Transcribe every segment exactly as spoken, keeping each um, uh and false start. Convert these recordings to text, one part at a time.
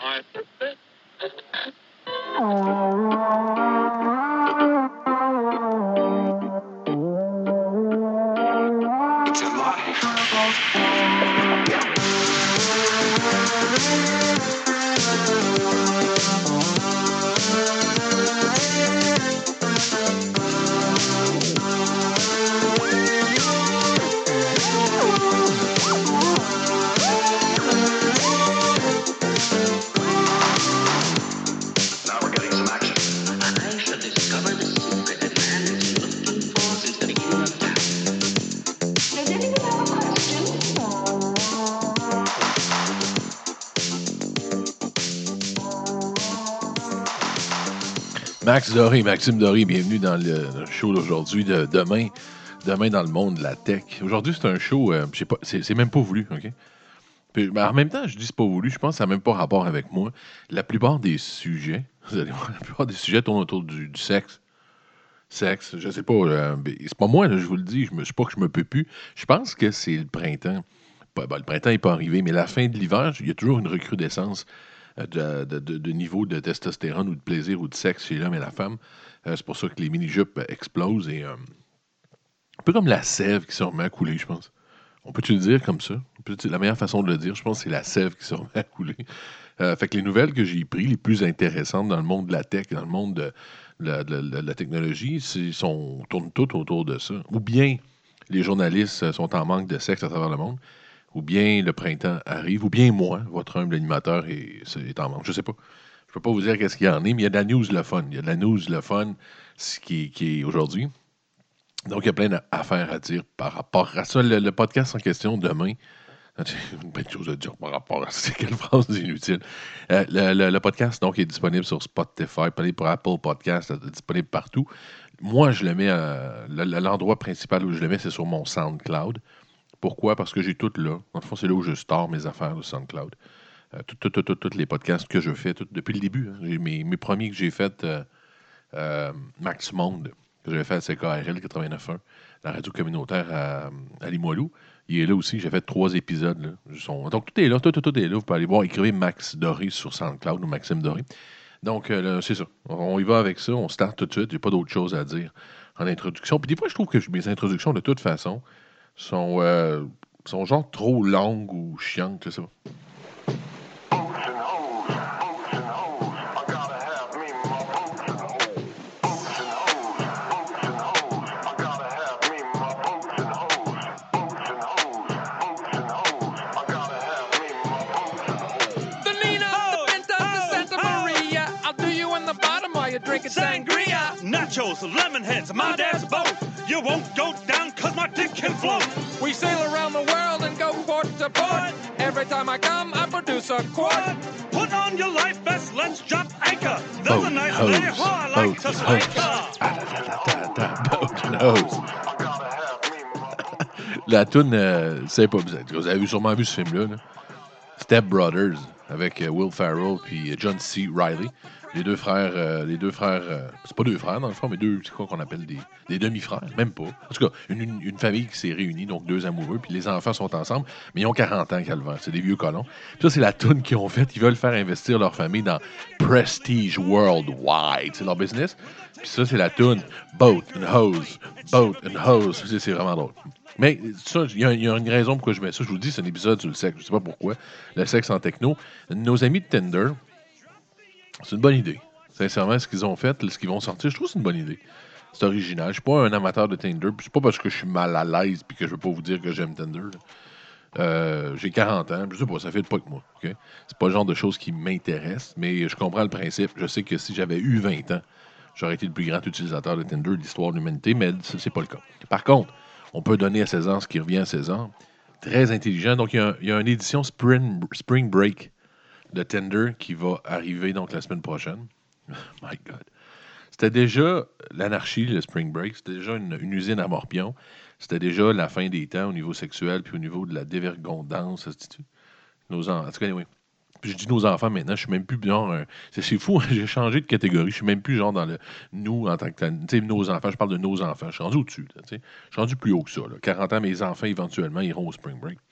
Max Doré, Maxime Doré, bienvenue dans le, le show d'aujourd'hui, de demain, demain dans le monde de la tech. Aujourd'hui, c'est un show, euh, je sais pas, c'est, c'est même pas voulu, OK? Puis, ben, en même temps, je dis c'est pas voulu, je pense que ça n'a même pas rapport avec moi. La plupart des sujets, vous allez voir, la plupart des sujets tournent autour du, du sexe. Sexe, je sais pas, euh, ben, c'est pas moi, là, je vous le dis, je me, sais pas que je me peux plus. Je pense que c'est le printemps. Ben, ben, le printemps n'est pas arrivé, mais la fin de l'hiver, il y a toujours une recrudescence de, de, de, de niveau de testostérone ou de plaisir ou de sexe chez l'homme et la femme. Euh, c'est pour ça que les mini-jupes euh, explosent et euh, un peu comme la sève qui se remet à couler, je pense. On peut-tu le dire comme ça? On peut la meilleure façon de le dire, je pense que c'est la sève qui se remet à couler. Euh, fait que les nouvelles que j'ai prises, les plus intéressantes dans le monde de la tech, dans le monde de, la, de, de, de la technologie, c'est, sont, tournent toutes autour de ça. Ou bien les journalistes sont en manque de sexe à travers le monde, ou bien le printemps arrive, ou bien moi, votre humble animateur, est, est en manque. Je sais pas. Je peux pas vous dire qu'est-ce qu'il y en est, mais il y a de la news le fun. Il y a de la news le fun ce qui, qui est aujourd'hui. Donc, il y a plein d'affaires à dire par rapport à ça. Le, le podcast en question demain, j'ai une belle chose à dire par rapport à ça. C'est quelle phrase inutile. Euh, le, le, le podcast donc, est disponible sur Spotify, disponible pour Apple Podcast, disponible partout. Moi, je le mets à, le, l'endroit principal où je le mets, c'est sur mon SoundCloud. Pourquoi? Parce que j'ai tout là. Dans le fond, c'est là où je store mes affaires, le SoundCloud. Euh, Tous les podcasts que je fais tout, depuis le début. Hein. J'ai mes, mes premiers que j'ai faits, euh, euh, Max Monde, que j'avais fait à C K R L quatre-vingt-neuf point un, la radio communautaire à, à Limoilou. Il est là aussi. J'ai fait trois épisodes. Là. Sont... Donc, tout est là. Tout, tout, tout est là. Vous pouvez aller voir. Écrivez Max Doré sur SoundCloud ou Maxime Doré. Donc, euh, là, c'est ça. On y va avec ça. On start tout de suite. J'ai pas d'autre chose à dire en introduction. Puis des fois, je trouve que mes introductions, de toute façon, sont, euh, sont genre trop longues ou chiantes. Je sais pas. Drinking sangria, nachos, lemon heads, my dad's boat. You won't go down cause my dick can float. We sail around the world and go port to port. Every time I come, I produce a quart. Put on your life vest, let's drop anchor. There's a nice lady who I like to spank her. Boat and hose. La toune, euh, c'est pas bizarre. Vous avez sûrement vu ce film-là. Là. Step Brothers avec euh, Will Ferrell puis John C. Reilly. Les deux frères, euh, les deux frères, euh, c'est pas deux frères dans le fond, mais deux, c'est quoi qu'on appelle des, des demi-frères, même pas. En tout cas, une, une, une famille qui s'est réunie, donc deux amoureux, puis les enfants sont ensemble, mais ils ont quarante ans, calvaire, c'est des vieux colons. Puis ça, c'est la toune qu'ils ont faite, ils veulent faire investir leur famille dans Prestige Worldwide, c'est leur business. Puis ça, c'est la toune Boat and Hose, Boat and Hose, c'est, c'est vraiment drôle. Mais ça, il y, y a une raison pourquoi je mets ça. Je vous dis, c'est un épisode sur le sexe. Je sais pas pourquoi. Le sexe en techno. Nos amis de Tinder, c'est une bonne idée. Sincèrement, ce qu'ils ont fait, ce qu'ils vont sortir, je trouve que c'est une bonne idée. C'est original. Je suis pas un amateur de Tinder. Puis c'est pas parce que je suis mal à l'aise puis que je veux pas vous dire que j'aime Tinder. Euh, j'ai quarante ans. Je sais pas, ça fait pas que moi. Okay? C'est pas le genre de choses qui m'intéressent, mais je comprends le principe. Je sais que si j'avais eu vingt ans, j'aurais été le plus grand utilisateur de Tinder de l'histoire de l'humanité, mais c'est pas le cas. Par contre, on peut donner à César ce qui revient à César. Très intelligent. Donc, il y a, un, il y a une édition Spring, Spring Break de Tinder qui va arriver donc la semaine prochaine. My God. C'était déjà l'anarchie, le Spring Break. C'était déjà une, une usine à morpion. C'était déjà la fin des temps au niveau sexuel puis au niveau de la dévergondance. Nos en... En tout cas, anyway. Puis je dis nos enfants maintenant, je suis même plus genre... Un... C'est, c'est fou, hein, j'ai changé de catégorie. Je suis même plus genre dans le nous en tant que... Tu sais, nos enfants, je parle de nos enfants. Je suis rendu au-dessus. Là, je suis rendu plus haut que ça. Là. quarante ans, mes enfants, éventuellement, iront au Spring Break.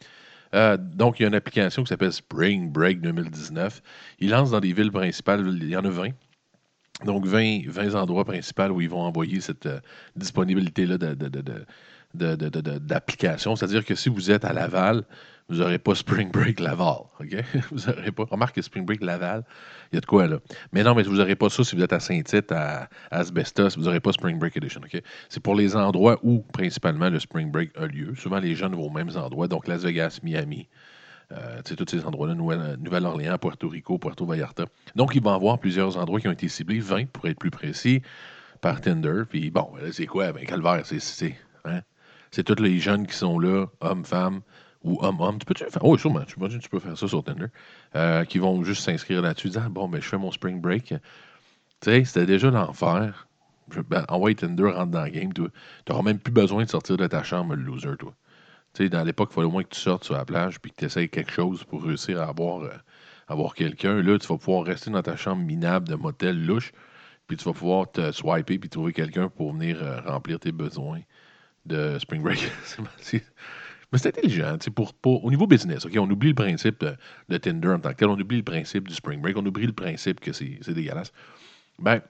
Euh, donc, il y a une application qui s'appelle Spring Break deux mille dix-neuf. Il lance dans des villes principales, il y en a vingt. Donc, vingt, vingt endroits principaux où ils vont envoyer cette euh, disponibilité-là de, de, de, de, de, de, de- de- d'application. C'est-à-dire que si vous êtes à Laval, vous n'aurez pas Spring Break Laval. OK? Vous n'aurez pas. Remarque que Spring Break Laval, il y a de quoi là. Mais non, mais vous n'aurez pas ça si vous êtes à Saint-Tite, à, à Asbestos, vous n'aurez pas Spring Break Edition. OK? C'est pour les endroits où principalement le Spring Break a lieu. Souvent, les jeunes vont aux mêmes endroits, donc Las Vegas, Miami. Euh, tu sais, tous ces endroits-là, Nouvelle- Nouvelle-Orléans, Puerto Rico, Puerto Vallarta. Donc, il va y avoir plusieurs endroits qui ont été ciblés, vingt pour être plus précis, par Tinder. Puis bon, là, c'est quoi? Ben, Calvaire, c'est c'est hein? C'est tous les jeunes qui sont là, hommes, femmes, ou hommes-hommes. Tu peux -tu faire? Oh, sûrement, tu peux, tu peux faire ça sur Tinder. Euh, qui vont juste s'inscrire là-dessus, disant, bon, ben, je fais mon spring break. Tu sais, c'était déjà l'enfer. Je- Ben, envoie Tinder, rentre dans le game. Tu n'auras même plus besoin de sortir de ta chambre, le loser, toi. Tu sais, dans l'époque, il fallait au moins que tu sortes sur la plage puis que tu essayes quelque chose pour réussir à avoir, euh, avoir quelqu'un. Là, tu vas pouvoir rester dans ta chambre minable de motel louche, puis tu vas pouvoir te swiper puis trouver quelqu'un pour venir euh, remplir tes besoins de Spring Break. C'est- c'est- Mais c'est intelligent, tu sais, pour, pour- au niveau business. OK, on oublie le principe de, de Tinder en tant que tel, on oublie le principe du Spring Break, on oublie le principe que c'est c'est dégueulasse. Ben,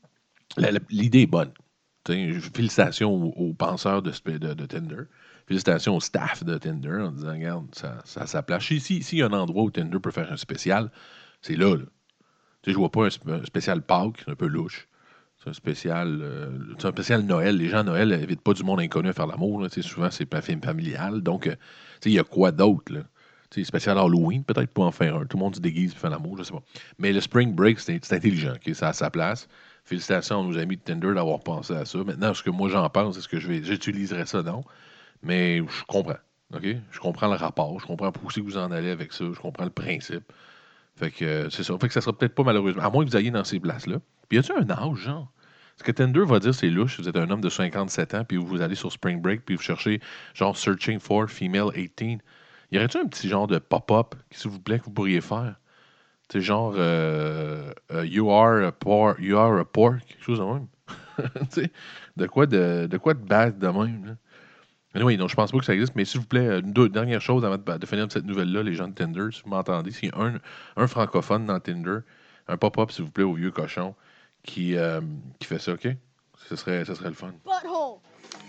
la- la- l'idée est bonne. Tu sais, félicitations aux, aux penseurs de, sp- de, de Tinder. Félicitations au staff de Tinder en disant, regarde, ça, ça a sa place. Si- si- S'il y a un endroit où Tinder peut faire un spécial, c'est là, là. Tu sais, je vois pas un, sp- un spécial Pâques, c'est un peu louche. C'est un spécial, euh, c'est un spécial Noël. Les gens à Noël n'invitent pas du monde inconnu à faire l'amour, là. Tu sais, souvent, c'est un film familial. Donc, euh, tu sais, il y a quoi d'autre, là? Tu sais, spécial Halloween, peut-être pour en faire un. Tout le monde se déguise pour faire l'amour, je sais pas. Mais le Spring Break, c'est c'est intelligent, OK? Ça a sa place. Félicitations à nos amis de Tinder d'avoir pensé à ça. Maintenant, ce que moi j'en pense, est-ce que je vais, j'utiliserai ça? Non. Mais je comprends. OK? Je comprends le rapport. Je comprends où c'est que vous en allez avec ça. Je comprends le principe. Fait que euh, c'est ça. Fait que ça sera peut-être pas malheureusement. À moins que vous ayez dans ces places-là. Puis y a-tu un âge, genre? Ce que Tinder va dire, c'est louche. Vous êtes un homme de cinquante-sept ans, puis vous allez sur Spring Break, puis vous cherchez, genre, Searching for Female dix-huit. Y aurait-tu un petit genre de pop-up, s'il vous plaît, que vous pourriez faire? C'est genre, euh, euh, you, are a por you are a pork, quelque chose de même. Tu sais, de quoi de, de quoi de base de même, là. Oui, donc je pense pas que ça existe, mais s'il vous plaît, euh, une deux- dernière chose avant de, de finir cette nouvelle-là, les gens de Tinder, si vous m'entendez, s'il y a un, un francophone dans Tinder, un pop-up, s'il vous plaît, au vieux cochon, qui, euh, qui fait ça, OK? Ce serait, ce serait le fun. Butthole.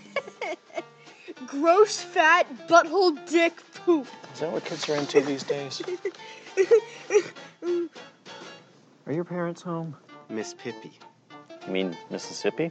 Gross, fat, butthole, dick, poop. Is that what kids are into these days? Are your parents home? Miss Pippi. You mean Mississippi?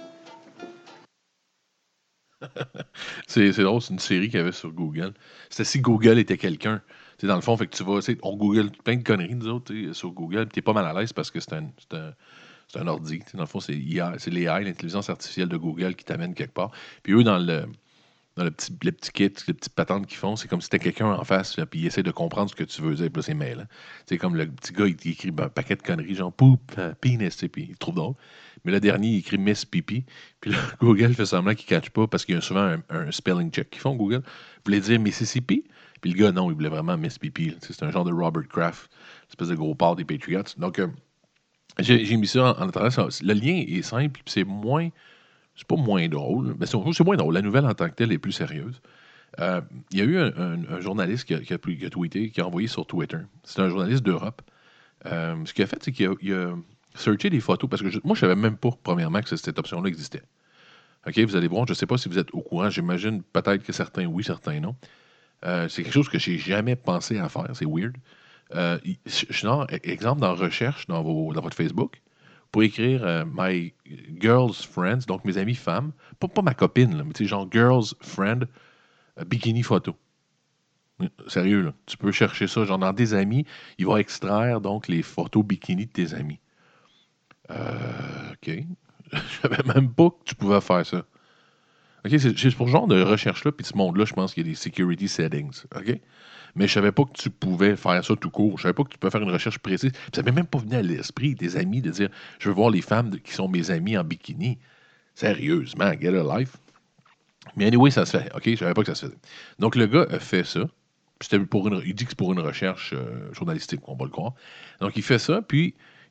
C'est c'est drôle, c'est une série qu'il y avait sur Google. C'était si Google était quelqu'un. Tu sais, dans le fond, fait que tu vas, tu sais, on Google plein de conneries, nous autres, tu sais, sur Google, puis t'es pas mal à l'aise parce que c'est un, c'est un, c'est un ordi. Tu sais, dans le fond, c'est I A, c'est l'A I, l'intelligence artificielle de Google qui t'amène quelque part. Puis eux, dans le, dans le petit, le petit kit, les petites patentes qu'ils font, c'est comme si c'était quelqu'un en face, là, puis ils essaient de comprendre ce que tu veux dire, puis là, c'est mail. C'est comme le petit gars, il, il écrit ben, un paquet de conneries, genre poop, euh, penis, tu sais, puis il trouve drôle. Mais le dernier, il écrit Miss Pipi. Puis là, Google fait semblant qu'il ne catch pas parce qu'il y a souvent un, un spelling check qu'ils font, Google. Vous voulez dire Mississippi? Puis le gars, non, il voulait vraiment Miss Pipi. là. Tu sais, C'est un genre de Robert Kraft, une espèce de gros porc des Patriots. Donc, euh, j'ai j'ai mis ça en, en attendant. ça- Le lien est simple, puis c'est moins. C'est pas moins drôle, mais c'est c'est moins drôle. La nouvelle en tant que telle est plus sérieuse. Euh, Il y a eu un, un- un journaliste qui a, qui a pu- qui a tweeté, qui a envoyé sur Twitter. C'est un journaliste d'Europe. Euh, ce qu'il a fait, c'est qu'il a, il a searché des photos, parce que je- moi, je savais même pas, premièrement, que cette option-là existait. OK, vous allez voir, je ne sais pas si vous êtes au courant, j'imagine peut-être que certains oui, certains non. Euh, c'est quelque chose que j'ai jamais pensé à faire, c'est weird. Euh, il- je- je- non, e- exemple, dans recherche dans, vos, dans votre Facebook, pour écrire euh, My Girls Friends, donc mes amis femmes, pas, pas ma copine, là, mais tu sais, genre Girls Friend, euh, bikini photo. Oui, sérieux, là. Tu peux chercher ça, genre dans des amis, il va extraire donc les photos bikini de tes amis. Euh, OK. Je savais même pas que tu pouvais faire ça. OK, c'est c'est pour ce genre de recherche-là, puis ce monde-là, je pense qu'il y a des security settings. OK? Mais je savais pas que tu pouvais faire ça tout court. Je savais pas que tu peux faire une recherche précise. Puis ça m'est même pas venu à l'esprit des amis de dire je veux voir les femmes de- qui sont mes amis en bikini. Sérieusement, get a life. Mais anyway, ça se fait. OK? Je savais pas que ça se faisait. Donc le gars a fait ça. Puis c'était pour une, il dit que c'est pour une recherche euh, journalistique, on va le croire. Donc il fait ça, puis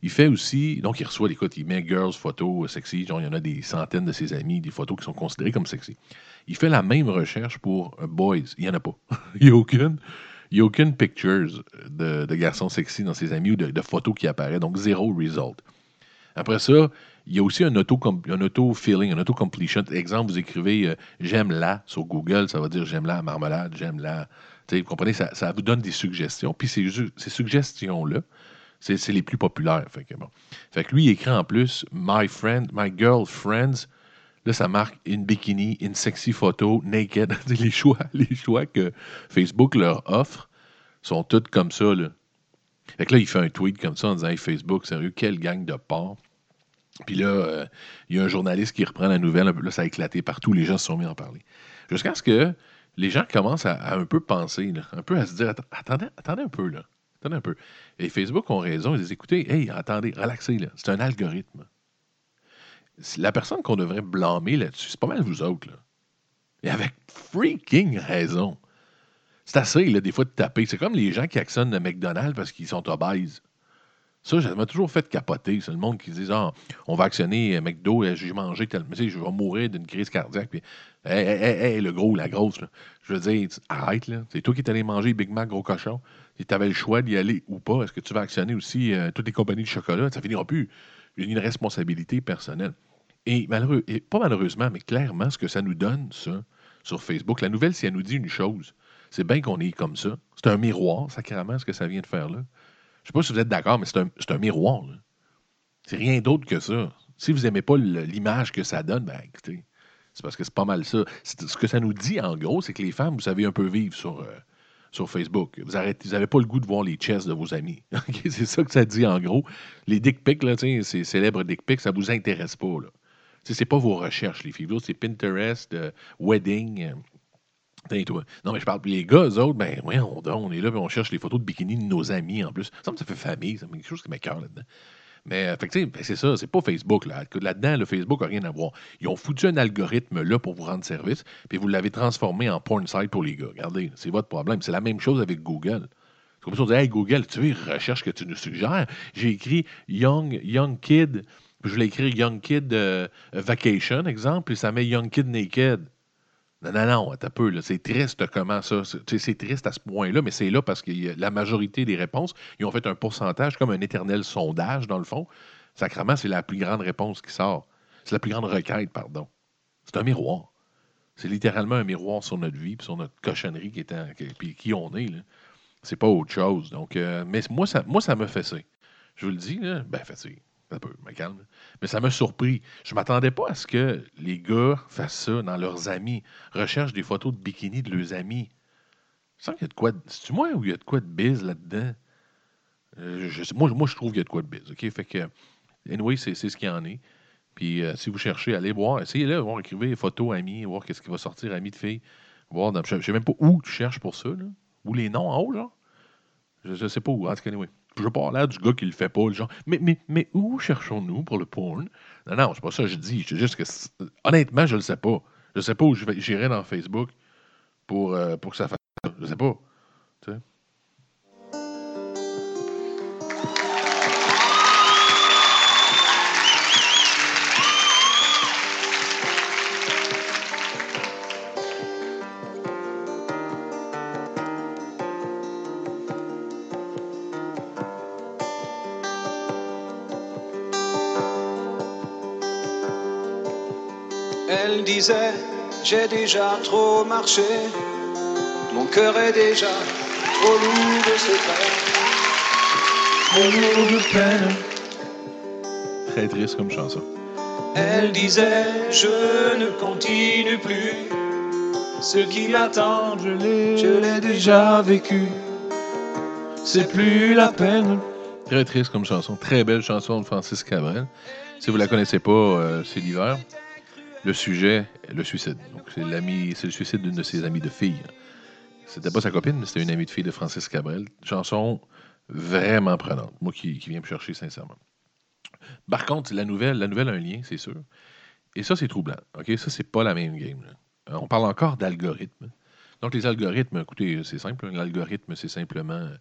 Il fait aussi, donc il reçoit, écoute, il met girls photos sexy, genre il y en a des centaines de ses amis, des photos qui sont considérées comme sexy. Il fait la même recherche pour euh, boys, il n'y en a pas. il n'y a aucune, il y a aucune pictures de, de garçons sexy dans ses amis ou de, de photos qui apparaissent, donc zéro result. Après ça, il y a aussi un auto un auto-filling, un auto-completion. Exemple, vous écrivez euh, j'aime la sur Google, ça va dire j'aime la marmelade, j'aime la. Tu sais, vous comprenez, ça, ça vous donne des suggestions. Puis ces, ju- ces suggestions-là, c'est c'est les plus populaires. Fait que, bon. Fait que lui, il écrit en plus My friend, my girlfriends. Là, ça marque une bikini, une sexy photo, naked. les choix, les choix que Facebook leur offre sont tous comme ça. Là. Fait que là, il fait un tweet comme ça en disant hey, Facebook, sérieux, quelle gang de porcs. Puis là, euh, il y a un journaliste qui reprend la nouvelle. Un peu, là, ça a éclaté partout. Les gens se sont mis à en parler. Jusqu'à ce que les gens commencent à, à un peu penser, là, un peu à se dire Att- attendez, attendez un peu, là. Attendez un peu. Et Facebook ont raison. Ils disent écoutez, hey, attendez, relaxez, là. C'est un algorithme. C'est la personne qu'on devrait blâmer là-dessus, c'est pas mal vous autres, là. Et avec freaking raison. C'est assez, là, des fois, de taper. C'est comme les gens qui actionnent le McDonald's parce qu'ils sont obèses. Ça, ça m'a toujours fait capoter. C'est le monde qui dit ah, on va actionner euh, McDo, euh, j'ai mangé tellement. Tu sais, je vais mourir d'une crise cardiaque. Puis, hey, hey, hey, hey, le gros, la grosse. Là. Je veux dire, tu- arrête, là. C'est toi qui es allé manger Big Mac, gros cochon. Si tu avais le choix d'y aller ou pas, est-ce que tu vas actionner aussi euh, toutes les compagnies de chocolat? Ça finira plus. J'ai une responsabilité personnelle. Et malheureux, et pas malheureusement, mais clairement, ce que ça nous donne, ça, sur Facebook, la nouvelle, si elle nous dit une chose, c'est bien qu'on est comme ça. C'est un miroir, sacrément, ce que ça vient de faire là. Je sais pas si vous êtes d'accord, mais c'est un, c'est un miroir. Là. C'est rien d'autre que ça. Si vous n'aimez pas le- l'image que ça donne, ben écoutez, c'est parce que c'est pas mal ça. C'est- ce que ça nous dit, en gros, c'est que les femmes, vous savez un peu vivre sur, euh, sur Facebook. Vous n'avez pas le goût de voir les chests de vos amis. OK? C'est ça que ça dit, en gros. Les dick pics, là, tu sais, ces célèbres dick pics, ça vous intéresse pas. Là. Tu sais, c'est pas vos recherches, les filles. L'autre, c'est Pinterest, euh, Wedding. euh, Tiens, toi. Non, mais je parle. Puis les gars, eux autres, ben, voyons donc, on est là, puis on cherche les photos de bikini de nos amis en plus. Ça me semble que ça fait famille, ça me quelque chose qui m'écoeure là-dedans. Mais, euh, fait que, tu sais, ben, c'est ça, c'est pas Facebook. Là. Là-dedans, le Facebook n'a rien à voir. Ils ont foutu un algorithme là pour vous rendre service, puis vous l'avez transformé en porn site pour les gars. Regardez, c'est votre problème. C'est la même chose avec Google. C'est comme ça, on dit, hey, Google, tu veux, recherche que tu nous suggères. J'ai écrit Young, young Kid, puis je voulais écrire Young Kid euh, Vacation, exemple, puis ça met Young Kid Naked. Non, non, non, attends un peu, là. C'est triste comment ça. C'est tu sais, c'est triste à ce point-là, mais c'est là parce que y a- la majorité des réponses, ils ont fait un pourcentage comme un éternel sondage, dans le fond. Sacrement, c'est la plus grande réponse qui sort. C'est la plus grande requête, pardon. C'est un miroir. C'est littéralement un miroir sur notre vie, puis sur notre cochonnerie qui est en- qui- puis qui on est, là. C'est pas autre chose. Donc, euh, mais moi, ça, moi, ça me fait ça. Je vous le dis, là, ben, fait un peu, me calme. Mais ça m'a surpris. Je m'attendais pas à ce que les gars fassent ça dans leurs amis, recherchent des photos de bikini de leurs amis. Je sens qu'il y a de quoi. de- C'est-tu moi ou il y a de quoi de biz là-dedans? Euh, je sais- moi, moi, je trouve qu'il y a de quoi de biz. OK? Fait que, anyway, c'est c'est ce qu'il y en est. Puis, euh, si vous cherchez, allez voir. Essayez-le, voir, écrivez photos amis, voir qu'est-ce qui va sortir, amis de filles. Voir dans- je ne sais même pas où tu cherches pour ça, là. Ou les noms en haut, genre. Je, je sais pas où. En tout cas, anyway. Je veux pas avoir l'air du gars qui le fait pas, le genre. Mais, mais, mais où cherchons-nous pour le porn? Non, non, c'est pas ça que je dis. Je dis juste que, c'est- honnêtement, je le sais pas. Je sais pas où je vais- j'irai dans Facebook pour, euh, pour que ça fasse ça. Je sais pas. Tu sais. Elle disait, j'ai déjà trop marché, mon cœur est déjà trop lourd de secrets. Très triste comme chanson. Elle disait, je ne continue plus, ce qui m'attend, je l'ai, je l'ai déjà vécu, c'est plus la peine. Très triste comme chanson. Très belle chanson de Francis Cabrel. Si vous la connaissez pas, euh, c'est l'hiver. Le sujet, le suicide. Donc, c'est l'ami, c'est le suicide d'une de ses amies de filles. C'était pas sa copine, mais c'était une amie de fille de Francis Cabrel. Chanson vraiment prenante. Moi qui, qui viens me chercher sincèrement. Par contre, la nouvelle, la nouvelle a un lien, c'est sûr. Et ça, c'est troublant. OK? Ça, c'est pas la même game. Là. Euh, On parle encore d'algorithmes. Donc, les algorithmes, écoutez, c'est simple. Un algorithme, c'est simplement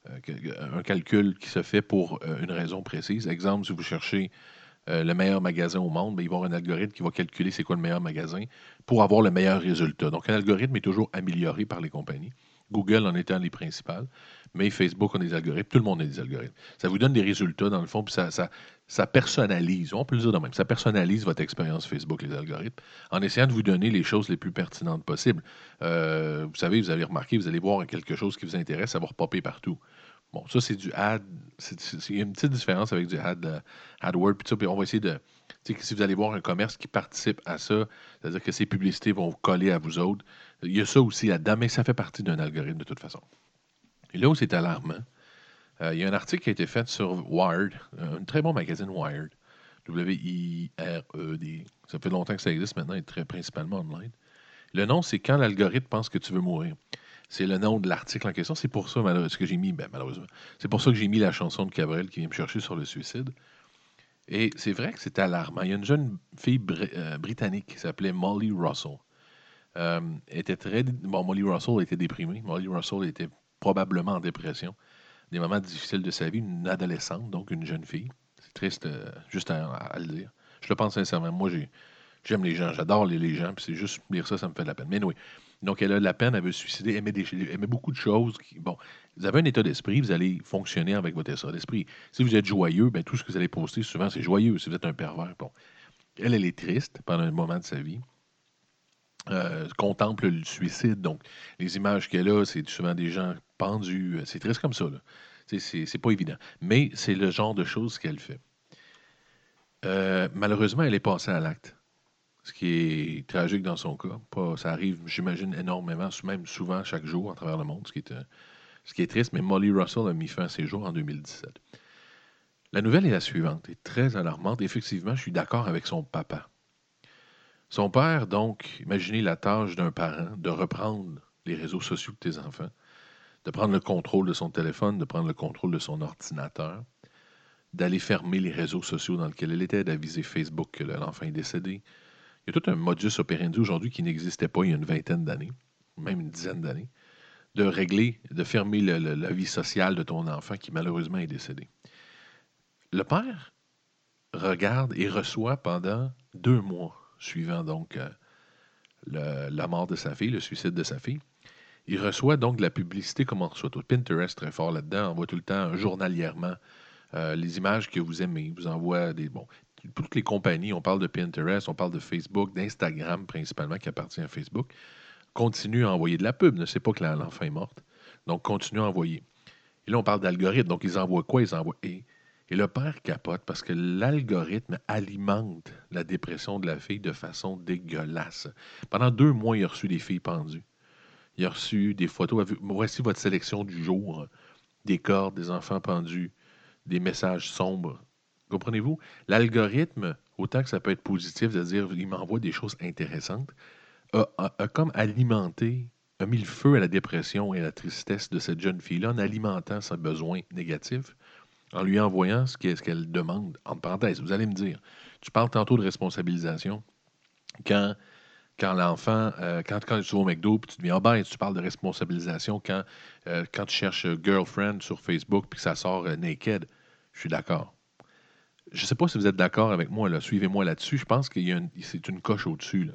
euh, un calcul qui se fait pour euh, une raison précise. Exemple, si vous cherchez euh, le meilleur magasin au monde, bien, il va y avoir un algorithme qui va calculer c'est quoi le meilleur magasin pour avoir le meilleur résultat. Donc, un algorithme est toujours amélioré par les compagnies. Google en étant les principales, mais Facebook a des algorithmes, tout le monde a des algorithmes. Ça vous donne des résultats, dans le fond, puis ça, ça, ça personnalise, on peut le dire de même, ça personnalise votre expérience Facebook, les algorithmes, en essayant de vous donner les choses les plus pertinentes possibles. Euh, vous savez, vous avez remarqué, vous allez voir quelque chose qui vous intéresse, ça va repopper partout. Bon, ça, c'est du ad. c'est- c'est- Il y a une petite différence avec du ad, euh, AdWord, puis ça, puis on va essayer de. Tu sais, si vous allez voir un commerce qui participe à ça, c'est-à-dire que ces publicités vont vous coller à vous autres, il y a ça aussi là-dedans, mais ça fait partie d'un algorithme de toute façon. Et là où c'est alarmant, euh, il y a un article qui a été fait sur Wired, un très bon magazine Wired, W I R E D. Ça fait longtemps que ça existe maintenant, et très principalement online. Le nom, c'est Quand l'algorithme pense que tu veux mourir. C'est le nom de l'article en question. C'est pour ça, malheureusement, que j'ai mis, ben, malheureusement, c'est pour ça que j'ai mis la chanson de Cabrel qui vient me chercher sur le suicide. Et c'est vrai que c'est alarmant. Il y a une jeune fille br- euh, britannique qui s'appelait Molly Russell. Euh, elle était très. Bon, Molly Russell était déprimée. Molly Russell était probablement en dépression. Des moments difficiles de sa vie, une adolescente, donc une jeune fille. C'est triste, euh, juste à, à le dire. Je le pense sincèrement. Moi, j'ai, j'aime les gens, j'adore les, les gens, puis c'est juste lire ça, ça me fait de la peine. Mais oui. Donc, elle a de la peine, elle veut se suicider, elle aimait, des, elle aimait beaucoup de choses. Qui, bon, vous avez un état d'esprit, vous allez fonctionner avec votre état d'esprit. Si vous êtes joyeux, ben, tout ce que vous allez poster, souvent, c'est joyeux. Si vous êtes un pervers, bon. Elle, elle est triste pendant un moment de sa vie. Euh, contemple le suicide. Donc, les images qu'elle a, c'est souvent des gens pendus. C'est triste comme ça, là. C'est, c'est, c'est pas évident. Mais c'est le genre de choses qu'elle fait. Euh, malheureusement, elle est passée à l'acte. Ce qui est tragique dans son cas. Pas, ça arrive, j'imagine, énormément, même souvent chaque jour à travers le monde, ce qui est, euh, ce qui est triste. Mais Molly Russell a mis fin à ses jours en deux mille dix-sept. La nouvelle est la suivante, est très alarmante. Effectivement, je suis d'accord avec son papa. Son père, donc, imaginez la tâche d'un parent de reprendre les réseaux sociaux de tes enfants, de prendre le contrôle de son téléphone, de prendre le contrôle de son ordinateur, d'aller fermer les réseaux sociaux dans lesquels elle était, d'aviser Facebook que l'enfant est décédé. Il y a tout un modus operandi aujourd'hui qui n'existait pas il y a une vingtaine d'années, même une dizaine d'années, de régler, de fermer le- le- la vie sociale de ton enfant qui malheureusement est décédé. Le père regarde et reçoit pendant deux mois, suivant donc euh, le- la mort de sa fille, le suicide de sa fille. Il reçoit donc de la publicité comme on reçoit tout. Pinterest, très fort là-dedans, envoie tout le temps, journalièrement, euh, les images que vous aimez. Vous envoie des. Bon, toutes les compagnies, on parle de Pinterest, on parle de Facebook, d'Instagram principalement, qui appartient à Facebook, continuent à envoyer de la pub. Ne sait pas que la- l'enfant est morte. Donc, continuent à envoyer. Et là, on parle d'algorithme. Donc, ils envoient quoi? Ils envoient. Et, et le père capote parce que l'algorithme alimente la dépression de la fille de façon dégueulasse. Pendant deux mois, il a reçu des filles pendues. Il a reçu des photos. Voici votre sélection du jour. Des cordes, des enfants pendus, des messages sombres. Comprenez-vous? L'algorithme, autant que ça peut être positif de dire il m'envoie des choses intéressantes, a, a- a comme alimenté, a mis le feu à la dépression et à la tristesse de cette jeune fille-là en alimentant ses besoins négatifs, en lui envoyant ce qu'est- ce qu'elle demande. En parenthèse, vous allez me dire, tu parles tantôt de responsabilisation. Quand quand l'enfant, euh, quand, quand tu vas au McDo puis tu deviens obèse, tu parles de responsabilisation quand, euh, quand tu cherches euh, girlfriend sur Facebook puis que ça sort euh, naked. Je suis d'accord. Je ne sais pas si vous êtes d'accord avec moi, là. Suivez-moi là-dessus. Je pense qu'il y a une, c'est une coche au-dessus. Là.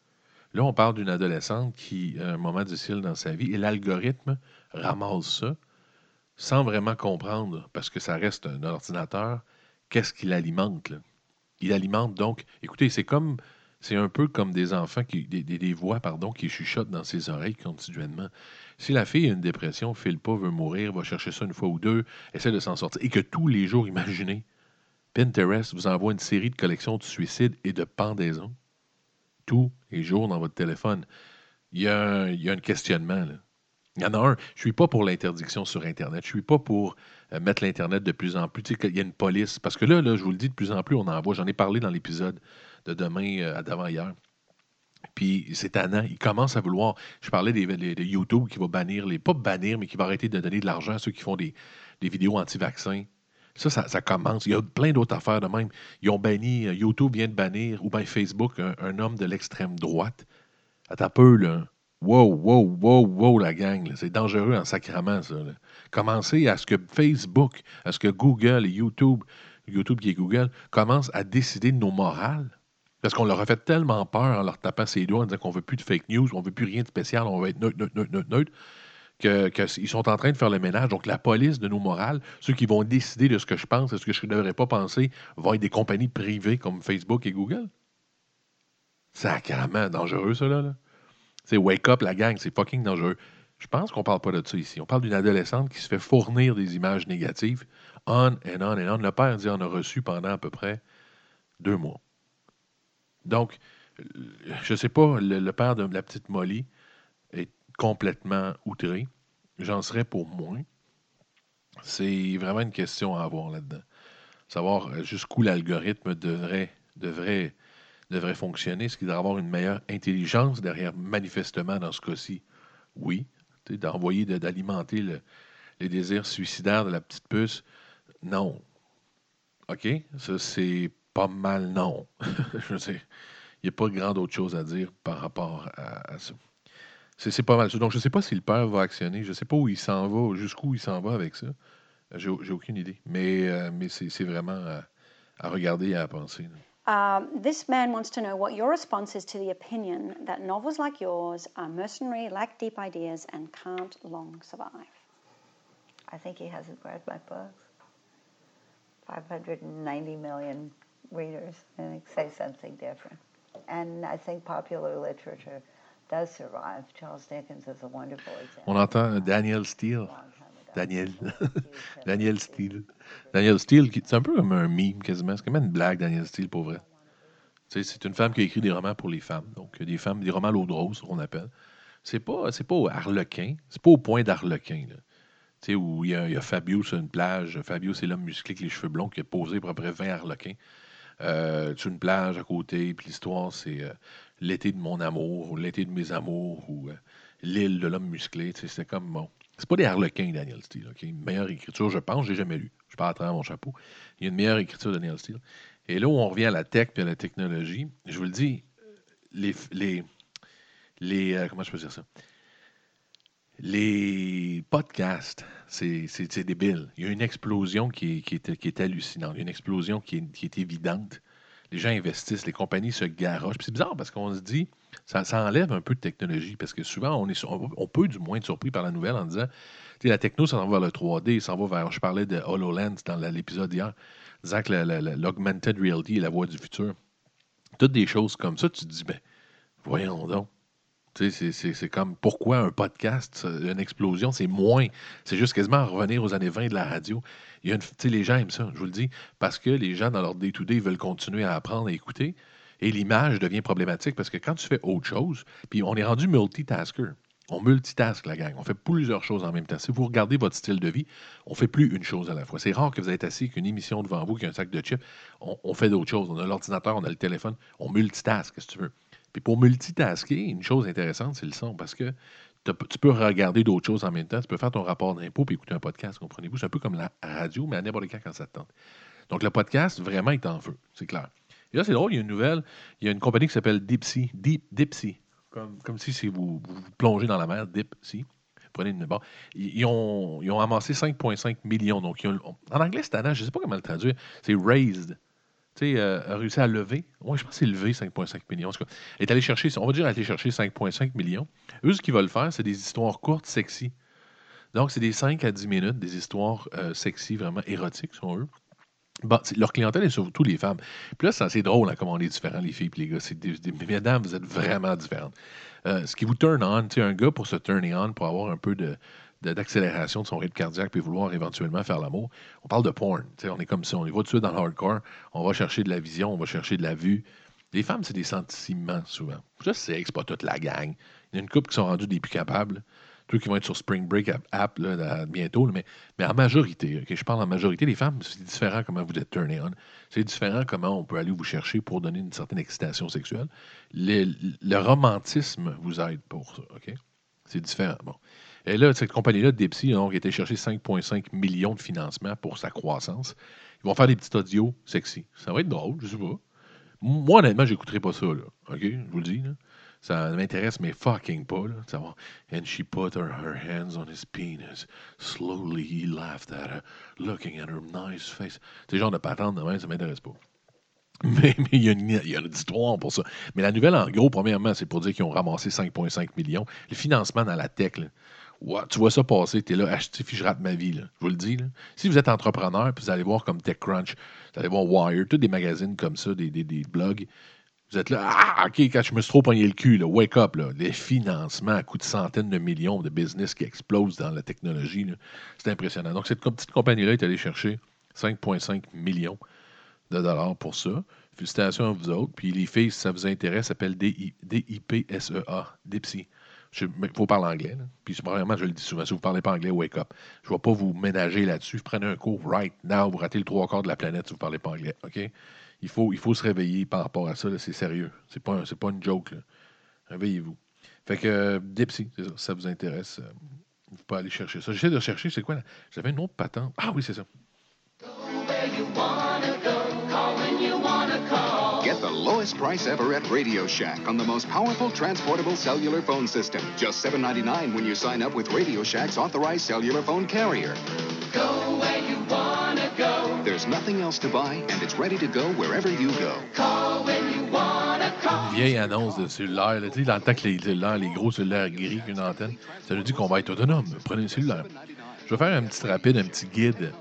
Là, on parle d'une adolescente qui a un moment difficile dans sa vie et l'algorithme ramasse ça sans vraiment comprendre, parce que ça reste un ordinateur, qu'est-ce qu'il alimente, là. Il alimente donc. Écoutez, c'est comme. C'est un peu comme des enfants, qui, des, des- des voix pardon, qui chuchotent dans ses oreilles continuellement. Si la fille a une dépression, file pas, veut mourir, va chercher ça une fois ou deux, essaie de s'en sortir, et que tous les jours, imaginez, Pinterest vous envoie une série de collections de suicides et de pendaisons, tous les jours dans votre téléphone, il y a un, il y a un questionnement, là. Il y en a un. Je suis pas pour l'interdiction sur Internet. Je suis pas pour euh, mettre l'Internet de plus en plus. Tu sais, qu'il y a une police. Parce que là, là, je vous le dis, de plus en plus, on en voit. J'en ai parlé dans l'épisode de demain euh, à d'avant-hier. Puis c'est tannant. Ils commencent à vouloir. Je parlais des, des- de YouTube qui va bannir les. Pas bannir, mais qui va arrêter de donner de l'argent à ceux qui font des, des vidéos anti-vaccins. Ça, ça, ça commence. Il y a plein d'autres affaires de même. Ils ont banni. euh, YouTube vient de bannir, ou bien Facebook, un, un homme de l'extrême droite. Attends un peu, là. Wow, wow, wow, wow, la gang. là. C'est dangereux en sacrament, ça. là. Commencez à ce que Facebook, à ce que Google et YouTube, YouTube qui est Google, commencent à décider de nos morales. Parce qu'on leur a fait tellement peur en leur tapant ses doigts en disant qu'on veut plus de fake news, on veut plus rien de spécial, on va être neutre, neutre, neutre, neutre, neutre, que, que s- ils sont en train de faire le ménage. Donc, la police de nos morales, ceux qui vont décider de ce que je pense et ce que je ne devrais pas penser, vont être des compagnies privées comme Facebook et Google. Sacrément dangereux, ça, là. là. C'est wake up, la gang, c'est fucking dangereux. Je pense qu'on parle pas de ça ici. On parle d'une adolescente qui se fait fournir des images négatives, on and on and on. Le père dit en a reçu pendant à peu près deux mois. Donc, euh, je sais pas, le, le père de la petite Molly est complètement outré. J'en serais pour moins. C'est vraiment une question à avoir là-dedans. Savoir euh, jusqu'où l'algorithme devrait, devrait, devrait fonctionner. Est-ce qu'il devrait avoir une meilleure intelligence derrière, manifestement, dans ce cas-ci? Oui. Tu sais, d'envoyer, de- d'alimenter le- les désirs suicidaires de la petite puce? Non. OK? Ça, c'est pas mal non. Je veux dire, il n'y a pas grand autre chose à dire par rapport à, à ça. C'est c'est pas mal ça. Donc, je ne sais pas si le père va actionner. Je ne sais pas où il s'en va, jusqu'où il s'en va avec ça. J'ai j'ai aucune idée. Mais, euh, mais c'est c'est vraiment à, à regarder et à penser. là. Um, this man wants to know what your response is to the opinion that novels like yours are mercenary, lack deep ideas, and can't long survive. I think he hasn't read my books. five hundred ninety million readers, and they say something different. And I think popular literature does survive. Charles Dickens is a wonderful example. On entend Daniel Steele. A long time ago. Daniel. Accused him Daniel of Steele. Daniel Steele, qui- c'est un peu comme un meme quasiment. C'est comme une blague, Daniel Steele, pour vrai. Tu sais, c'est une femme qui a écrit des romans pour les femmes. Donc, des femmes, des romans à l'eau de rose, qu'on appelle. C'est pas, c'est pas au harlequin. C'est pas au point d'harlequin, là. Tu sais, où il y, a, il y a Fabio sur une plage. Fabio, c'est l'homme musclé avec les cheveux blonds qui a posé pour à peu près vingt harlequins euh, sur une plage à côté. Puis l'histoire, c'est euh, l'été de mon amour ou l'été de mes amours ou euh, l'île de l'homme musclé. Tu sais, c'est comme bon. C'est pas des harlequins, Daniel Steele. OK? Une meilleure écriture, je pense. Je l'ai jamais lu. Je parle à travers mon chapeau. Il y a une meilleure écriture de Daniel Steele. Et là où on revient à la tech et à la technologie, je vous le dis, les. les, les euh, comment je peux dire ça? Les podcasts, c'est c'est- c'est débile. Il y a une explosion qui est, qui est, qui est hallucinante. Il y a une explosion qui est, qui est évidente. Les gens investissent, les compagnies se garochent. Puis c'est bizarre parce qu'on se dit, ça, ça enlève un peu de technologie parce que souvent, on, est, sur- on, on peut du moins être surpris par la nouvelle en disant, tu sais, la techno, ça s'en va vers le trois D, ça s'en va vers, je parlais de HoloLens dans la- l'épisode d'hier, disant que la- la- la- l'augmented reality est la voie du futur. Toutes des choses comme ça, tu te dis, ben, voyons donc. Tu sais, c'est- c'est c'est comme pourquoi un podcast, ça, une explosion, c'est moins. C'est juste quasiment revenir aux années vingt de la radio. Il y a une, tu sais, les gens aiment ça, je vous le dis, parce que les gens, dans leur day-to-day, veulent continuer à apprendre, à écouter. Et l'image devient problématique parce que quand tu fais autre chose, puis on est rendu multitasker. On multitask, la gang. On fait plusieurs choses en même temps. Si vous regardez votre style de vie, on fait plus une chose à la fois. C'est rare que vous êtes assis avec une émission devant vous, qui a un sac de chips. On, on fait d'autres choses. On a l'ordinateur, on a le téléphone. On multitask, si tu veux. Puis pour multitasker, une chose intéressante, c'est le son, parce que t'as- tu peux regarder d'autres choses en même temps. Tu peux faire ton rapport d'impôt puis écouter un podcast, comprenez-vous? C'est un peu comme la radio, mais à n'importe quand quand ça te tente. Donc le podcast, vraiment, est en feu, c'est clair. Et là, c'est drôle, il y a une nouvelle, il y a une compagnie qui s'appelle Dipsy, Deep, Dipsy, comme, comme si c'est vous, vous vous plongez dans la mer, Dipsy. Prenez une bon. Ils, ils ont, ils ont amassé cinq virgule cinq millions. Donc, ils ont- en anglais, c'est tannant, je ne sais pas comment le traduire. C'est raised. Tu sais, euh, a réussi à lever. Oui, je pense que c'est levé cinq virgule cinq millions. En tout cas, est allé chercher, on va dire, aller chercher cinq virgule cinq millions. Eux, ce qu'ils veulent faire, c'est des histoires courtes, sexy. Donc, c'est des cinq à dix minutes, des histoires euh, sexy, vraiment érotiques, sont eux. Bon, c'est- leur clientèle est surtout les femmes. Puis là, c'est assez drôle, hein, comment on est différents, les filles et les gars. C'est des, des- mesdames, vous êtes vraiment différentes. Euh, ce qui vous turn on, tu sais, un gars pour se turner on, pour avoir un peu de, de- d'accélération de son rythme cardiaque puis vouloir éventuellement faire l'amour, on parle de porn. Tu sais, on est comme ça, on y va tout de suite dans le hardcore. On va chercher de la vision, on va chercher de la vue. Les femmes, c'est des sentiments souvent. Je sais que c'est pas toute la gang. Il y a une couple qui sont rendus des plus capables. Ceux qui vont être sur Spring Break app, app, là, dans- bientôt, là, mais, mais en majorité, ok, je parle en majorité, les femmes, c'est différent comment vous êtes turné on. C'est différent comment on peut aller vous chercher pour donner une certaine excitation sexuelle. Le, le romantisme vous aide pour ça, OK? C'est différent. Bon. Et là, cette compagnie-là, Dipsy, donc, a été chercher cinq virgule cinq millions de financement pour sa croissance. Ils vont faire des petits audios sexy. Ça va être drôle, je sais pas. Moi, honnêtement, j'écouterai pas ça, là. OK? Je vous le dis, là. Ça m'intéresse, mais fucking pas. Là, savoir. And she put her, her hands on his penis. Slowly he laughed at her, looking at her nice face. C'est genre de patente de même, ça m'intéresse pas. Mais mais il y, a une- il y a une histoire pour ça. Mais la nouvelle, en gros, premièrement, c'est pour dire qu'ils ont ramassé cinq virgule cinq millions. Le financement dans la tech, là, ouais, tu vois ça passer, tu es là, acheter, je rate ma vie. Là, je vous le dis. Là. Si vous êtes entrepreneur, puis vous allez voir comme TechCrunch, vous allez voir Wired, tous des magazines comme ça, des, des, des blogs, vous êtes là, ah, OK, quand je me suis trop pogné le cul, là, wake up, là, les financements à coût de centaines de millions de business qui explosent dans la technologie, là, c'est impressionnant. Donc, cette co- petite compagnie-là est allée chercher cinq virgule cinq millions de dollars pour ça. Félicitations à vous autres. Puis les filles, si ça vous intéresse, ça s'appelle D I P S E A, Dipsy. Il faut parler anglais. Là. Puis vraiment, je le dis souvent, si vous ne parlez pas anglais, wake up. Je ne vais pas vous ménager là-dessus. Prenez un cours right now, vous ratez le trois quarts de la planète si vous ne parlez pas anglais. OK? Il faut, il faut se réveiller par rapport à ça. là, C'est sérieux. C'est pas, un- c'est pas une joke. Là. Réveillez-vous. Fait que euh, Dipsy, c'est ça, si ça vous intéresse, euh, vous pouvez aller chercher ça. J'essaie de chercher, c'est quoi? Là? J'avais une autre patente. Ah oui, c'est ça. Get the lowest price ever at Radio Shack on the most powerful transportable cellular phone system. Just seven ninety-nine when you sign up with Radio Shack's authorized cellular phone carrier. Go where you wanna go. There's nothing else to buy, and it's ready to go wherever you go. Call when you wanna call. Une vieille annonce de cellulaire. Là, tu sais, dans le temps que les cellulaires, les gros cellulaires gris avec une antenne, ça nous dit qu'on va être autonome. Prenez un cellulaire. Je vais faire un petit rapide, un petit guide.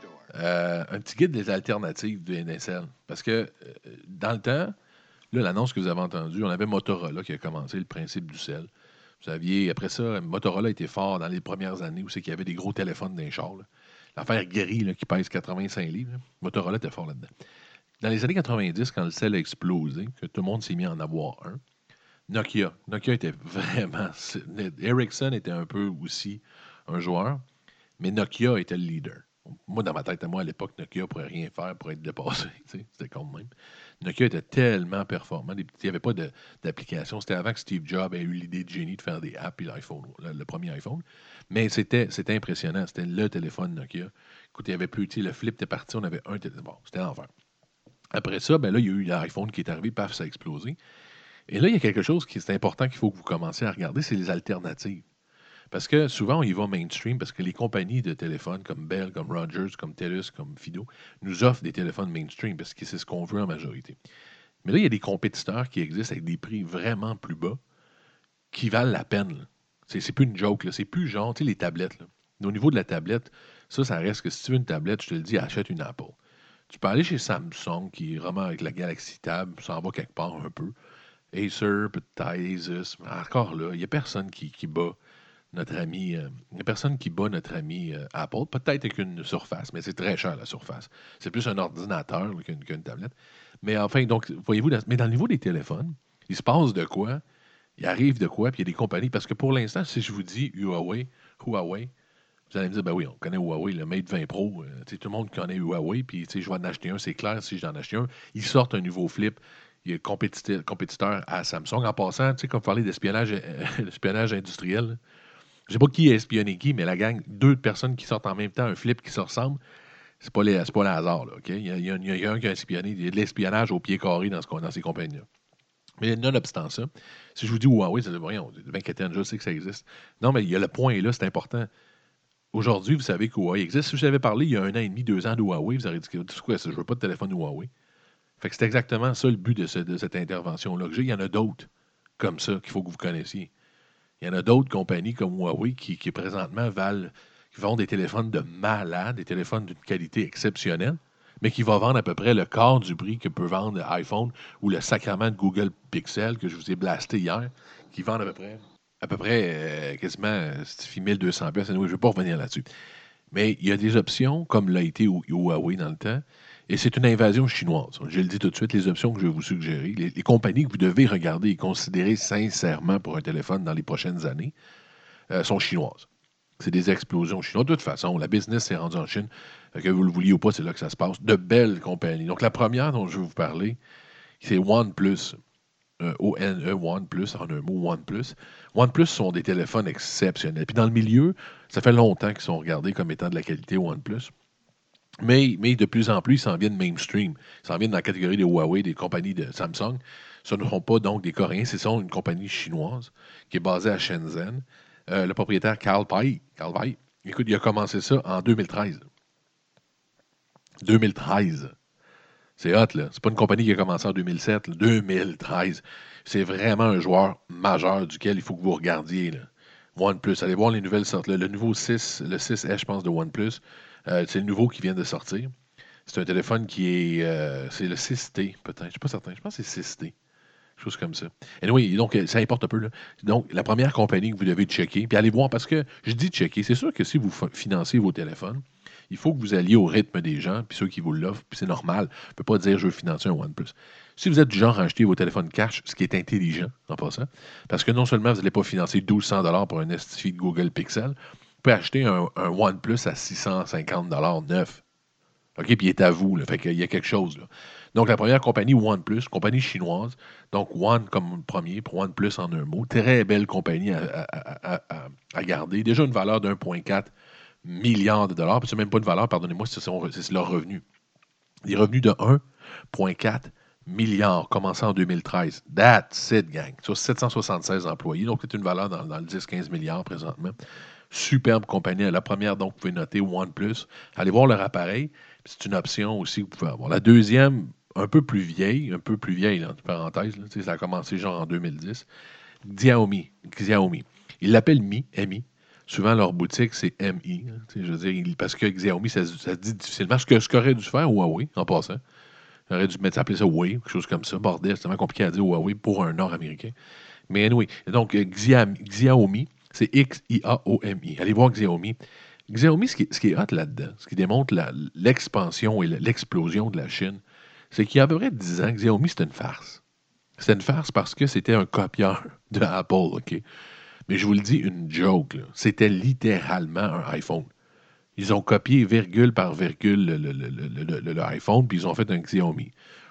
Euh, un petit guide des alternatives de N S L. Parce que euh, dans le temps, là, l'annonce que vous avez entendue, on avait Motorola qui a commencé le principe du sel. Vous saviez, après ça, Motorola était fort dans les premières années où c'est qu'il y avait des gros téléphones dans les chars. là. L'affaire Gary là, qui pèse quatre-vingt-cinq livres, là, Motorola était fort là-dedans. Dans les années quatre-vingt-dix, quand le sel a explosé, que tout le monde s'est mis à en avoir un, Nokia. Nokia était vraiment... Ericsson était un peu aussi un joueur, mais Nokia était le leader. Moi, dans ma tête, à moi, à l'époque, Nokia ne pourrait rien faire pour être dépassé. tu sais, C'était comme même. Nokia était tellement performant. des- Il n'y avait pas de- d'application. C'était avant que Steve Jobs ait eu l'idée de génie de faire des apps et l'iPhone, le, le premier iPhone. Mais c'était c'était impressionnant. C'était le téléphone Nokia. Écoute, il n'y avait plus, tu sais, le flip était parti, on avait un téléphone. Bon, c'était l'enfer. Après ça, ben là, il y a eu l'iPhone qui est arrivé, paf, ça a explosé. Et là, il y a quelque chose qui est important qu'il faut que vous commenciez à regarder, c'est les alternatives. Parce que souvent, on y va mainstream parce que les compagnies de téléphones comme Bell, comme Rogers, comme TELUS, comme Fido nous offrent des téléphones mainstream parce que c'est ce qu'on veut en majorité. Mais là, il y a des compétiteurs qui existent avec des prix vraiment plus bas qui valent la peine. là. C'est, c'est plus une joke. là. C'est plus genre, tu sais, les tablettes. là. Au niveau de la tablette, ça, ça reste que si tu veux une tablette, je te le dis, achète une Apple. Tu peux aller chez Samsung, qui est vraiment avec la Galaxy Tab, ça en va quelque part un peu. Acer, peut-être Asus, mais encore là, il n'y a personne qui, qui bat notre ami. euh, Il n'y a personne qui bat notre ami euh, Apple. Peut-être avec une surface, mais c'est très cher la surface. C'est plus un ordinateur là, qu'une, qu'une tablette. Mais enfin, donc, voyez-vous, dans- mais dans le niveau des téléphones, il se passe de quoi? Il arrive de quoi? Puis il y a des compagnies. Parce que pour l'instant, si je vous dis Huawei, Huawei, vous allez me dire, ben oui, on connaît Huawei, le Mate vingt Pro. euh, tu sais, tout le monde connaît Huawei. Puis tu sais, je vais en acheter un, c'est clair, si j'en achète un. Ils sortent un nouveau flip. Il est compétiteur, compétiteur à Samsung. En passant, tu sais, comme vous parlez d'espionnage, euh, d'espionnage industriel, là, je sais pas qui a espionné qui, mais la gang, deux personnes qui sortent en même temps un flip qui se ressemble, c'est pas, les, c'est pas le hasard. Là, OK? Il, y a, il y a- il y a un qui a espionné. Il y a de l'espionnage au pied carré dans, ce, qu'on- dans ces compagnies-là. Mais nonobstant ça, si je vous dis Huawei, ça dit, voyons, vingt-quatre ans, je sais que ça existe. Non, mais il y a le point là, c'est important. Aujourd'hui, vous savez que Huawei existe. Si je vous avais parlé il y a un an et demi, deux ans de Huawei, vous auriez dit, c'est quoi ça? Je veux pas de téléphone Huawei. Fait que c'est exactement ça le but de, ce- de cette intervention-là que j'ai. Il y en a d'autres comme ça qu'il faut que vous connaissiez. Il y en a d'autres compagnies comme Huawei qui, qui présentement valent, qui vendent des téléphones de malades, des téléphones d'une qualité exceptionnelle, mais qui vont vendre à peu près le quart du prix que peut vendre iPhone ou le sacrament de Google Pixel que je vous ai blasté hier, qui vendent à peu près, à peu près euh, quasiment euh, c'est mille deux cents pièces. Anyway, je ne vais pas revenir là-dessus. Mais il y a des options, comme l'a été Hu- Huawei dans le temps, et c'est une invasion chinoise. Je le dis tout de suite, les options que je vais vous suggérer, les, les compagnies que vous devez regarder et considérer sincèrement pour un téléphone dans les prochaines années, euh, sont chinoises. C'est des explosions chinoises. De toute façon, la business s'est rendue en Chine. Fait que vous le vouliez ou pas, c'est là que ça se passe. De belles compagnies. Donc, la première dont je vais vous parler, c'est OnePlus. Euh, O N E, OnePlus, en un mot, OnePlus. OnePlus sont des téléphones exceptionnels. Puis dans le milieu, ça fait longtemps qu'ils sont regardés comme étant de la qualité OnePlus. Mais, mais de plus en plus, ils s'en viennent mainstream. Ils s'en viennent dans la catégorie des Huawei, des compagnies de Samsung. Ce ne sont pas donc des Coréens, ce sont une compagnie chinoise qui est basée à Shenzhen. Euh, le propriétaire Carl Pai, Carl Pai, écoute, il a commencé ça en deux mille treize. deux mille treize. C'est hot, là. C'est pas une compagnie qui a commencé en deux mille sept, là. deux mille treize. C'est vraiment un joueur majeur duquel il faut que vous regardiez, là. OnePlus. Allez voir les nouvelles sortes. Le, le nouveau six, le six S, je pense, de OnePlus. Euh, c'est le nouveau qui vient de sortir. C'est un téléphone qui est... Euh, c'est le six T, peut-être. Je ne suis pas certain. Je pense que c'est six T. Chose comme ça. Et anyway, donc, ça importe un peu. Là. Donc, la première compagnie que vous devez checker, puis allez voir, parce que je dis checker, c'est sûr que si vous financez vos téléphones, il faut que vous alliez au rythme des gens, puis ceux qui vous l'offrent, puis c'est normal. On ne peut pas dire je veux financer un OnePlus. Si vous êtes du genre à acheter vos téléphones cash, ce qui est intelligent en passant, parce que non seulement vous n'allez pas financer mille deux cents dollars pour un S T de Google Pixel, vous pouvez acheter un, un OnePlus à six cent cinquante dollars neuf. OK, puis il est à vous, là, fait qu'il y a quelque chose. Là. Donc, la première compagnie, OnePlus, compagnie chinoise. Donc, One comme premier, pour OnePlus en un mot. Très belle compagnie à, à, à, à, à garder. Déjà une valeur de un virgule quatre milliard de dollars. Puis, c'est même pas une valeur, pardonnez-moi, c'est, c'est leur revenu. Des revenus de un virgule quatre milliard, commençant en deux mille treize. That's it, gang. Sur sept cent soixante-seize employés. Donc, c'est une valeur dans, dans le dix à quinze milliards présentement. Superbe compagnie. La première, donc, vous pouvez noter OnePlus. Allez voir leur appareil. C'est une option aussi que vous pouvez avoir. La deuxième, un peu plus vieille, un peu plus vieille, là, entre parenthèses, là, ça a commencé genre en deux mille dix. Xiaomi. Xiaomi. Ils l'appellent Mi, M I. Souvent, leur boutique, c'est M I. Là, je veux dire, parce que Xiaomi, ça, ça se dit difficilement. Ce que ce qu'aurait dû faire Huawei, en passant. J'aurais dû mettre, appeler ça Huawei, quelque chose comme ça. Bordel, c'est tellement compliqué à dire Huawei pour un Nord-Américain. Mais anyway, donc Xiaomi, c'est X I A O M I. Allez voir Xiaomi. Xiaomi, ce qui, ce qui est hot là-dedans, ce qui démontre la, l'expansion et l'explosion de la Chine, c'est qu'il y a à peu près dix ans, Xiaomi, c'était une farce. C'était une farce parce que c'était un copieur de Apple, OK? Mais je vous le dis, une joke, là. C'était littéralement un iPhone. Ils ont copié virgule par virgule le, le, le, le, le, le iPhone, puis ils ont fait un Xiaomi.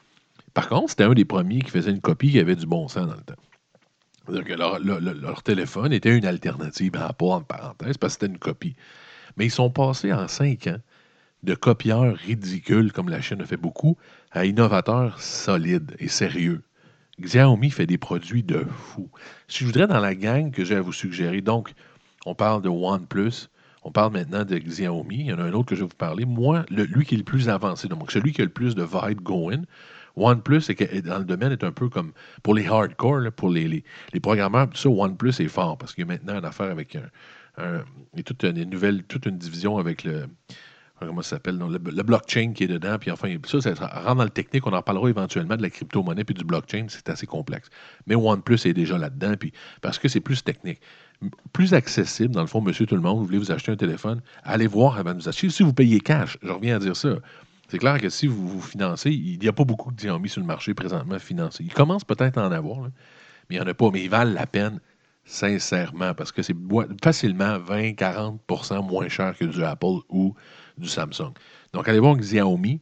Par contre, c'était un des premiers qui faisait une copie qui avait du bon sens dans le temps. Donc, leur, leur, leur téléphone était une alternative à Apple, en parenthèse, parce que c'était une copie. Mais ils sont passés en cinq ans de copieurs ridicules, comme la Chine a fait beaucoup, à innovateurs solides et sérieux. Xiaomi fait des produits de fou. Si je voudrais dans la gang que j'ai à vous suggérer, donc, on parle de OnePlus, on parle maintenant de Xiaomi, il y en a un autre que je vais vous parler. Moi, le, lui qui est le plus avancé, donc celui qui a le plus de vibe going, OnePlus, est, dans le domaine, est un peu comme pour les hardcore, là, pour les, les, les programmeurs, tout ça, OnePlus est fort parce qu'il y a maintenant une affaire avec un. Un, il y a toute une nouvelle, toute une division avec le, comment ça s'appelle, non, le, le blockchain qui est dedans, puis enfin, ça, ça rentre dans le technique, on en parlera éventuellement de la crypto-monnaie puis du blockchain, c'est assez complexe. Mais OnePlus est déjà là-dedans, puis parce que c'est plus technique, plus accessible, dans le fond, monsieur tout le monde, vous voulez vous acheter un téléphone, allez voir avant de vous acheter. Si vous payez cash, je reviens à dire ça, c'est clair que si vous vous financez, il n'y a pas beaucoup de Xiaomi sur le marché présentement financés. Il commence peut-être à en avoir, là, mais il n'y en a pas, mais ils valent la peine. Sincèrement, parce que c'est facilement vingt à quarante pour cent moins cher que du Apple ou du Samsung. Donc, allez voir Xiaomi.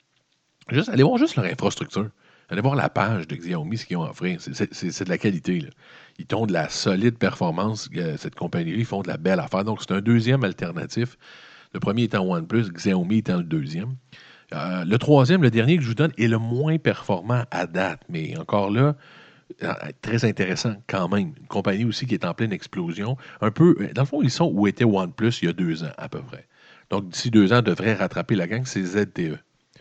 Juste, allez voir juste leur infrastructure. Allez voir la page de Xiaomi, ce qu'ils ont à offrir. C'est, c'est, c'est de la qualité. Là. Ils ont de la solide performance, euh, cette compagnie-là. Ils font de la belle affaire. Donc, c'est un deuxième alternatif. Le premier étant OnePlus, Xiaomi étant le deuxième. Euh, le troisième, le dernier que je vous donne, est le moins performant à date. Mais encore là, très intéressant quand même. Une compagnie aussi qui est en pleine explosion. Un peu, dans le fond, ils sont où était OnePlus il y a deux ans à peu près. Donc, d'ici deux ans, devrait rattraper la gang, c'est Z T E.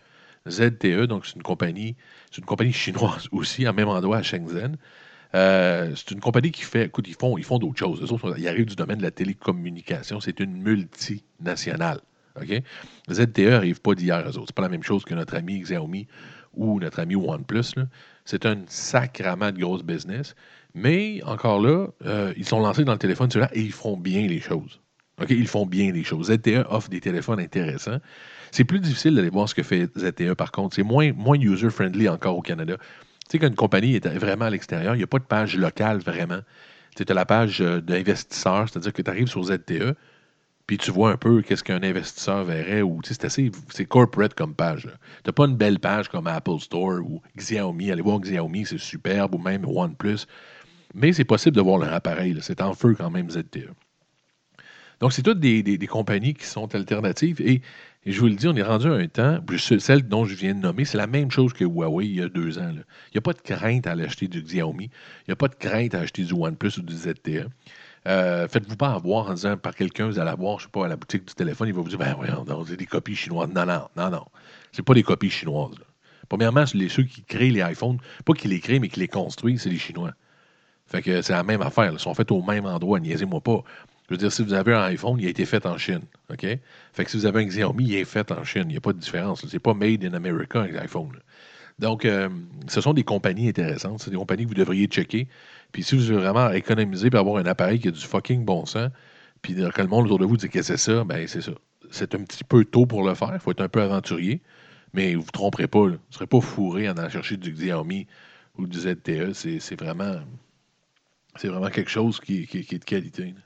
Z T E, donc c'est une compagnie, c'est une compagnie chinoise aussi, à même endroit à Shenzhen. Euh, c'est une compagnie qui fait, écoute, ils font, ils font d'autres choses. Eux autres, ils arrivent du domaine de la télécommunication. C'est une multinationale. OK? Z T E n'arrive pas d'hier, eux autres. C'est pas la même chose que notre ami Xiaomi ou notre ami OnePlus. Là. C'est un sacrament de grosse business. Mais encore là, euh, ils sont lancés dans le téléphone celui-là et ils font bien les choses. OK? Ils font bien les choses. Z T E offre des téléphones intéressants. C'est plus difficile d'aller voir ce que fait Z T E, par contre. C'est moins, moins user-friendly encore au Canada. Tu sais, quand une compagnie est vraiment à l'extérieur, il n'y a pas de page locale vraiment. Tu as la page d'investisseur, c'est-à-dire que tu arrives sur Z T E, puis tu vois un peu qu'est-ce qu'un investisseur verrait, ou c'est assez, c'est corporate comme page. Tu n'as pas une belle page comme Apple Store ou Xiaomi. Allez voir Xiaomi, c'est superbe, ou même OnePlus. Mais c'est possible de voir leur appareil. Là. C'est en feu quand même Z T E. Donc, c'est toutes des, des, des compagnies qui sont alternatives. Et, et je vous le dis, on est rendu à un temps, celle dont je viens de nommer, c'est la même chose que Huawei il y a deux ans. Là. Il n'y a pas de crainte à l'acheter du Xiaomi. Il n'y a pas de crainte à acheter du OnePlus ou du Z T E. Euh, faites-vous pas avoir en disant par quelqu'un, vous allez avoir, je sais pas, à la boutique du téléphone, il va vous dire, ben oui, c'est des copies chinoises. Non, non, non, non. C'est pas des copies chinoises. Là. Premièrement, les, ceux qui créent les iPhones, pas qui les créent, mais qui les construisent, c'est les Chinois. Fait que c'est la même affaire. Là. Ils sont faits au même endroit, niaisez-moi pas. Je veux dire, si vous avez un iPhone, il a été fait en Chine. OK? Fait que si vous avez un Xiaomi, il est fait en Chine. Il n'y a pas de différence. Là. C'est pas made in America, un iPhone. Là. Donc, euh, ce sont des compagnies intéressantes. C'est des compagnies que vous devriez checker. Puis si vous voulez vraiment économiser pour avoir un appareil qui a du fucking bon sens, puis que le monde autour de vous dit que c'est ça, ben c'est ça. C'est un petit peu tôt pour le faire. Il faut être un peu aventurier. Mais vous ne vous tromperez pas. Là. Vous ne serez pas fourré en allant chercher du Xiaomi ou du Z T E. C'est, c'est, vraiment, c'est vraiment quelque chose qui, qui, qui est de qualité. Là.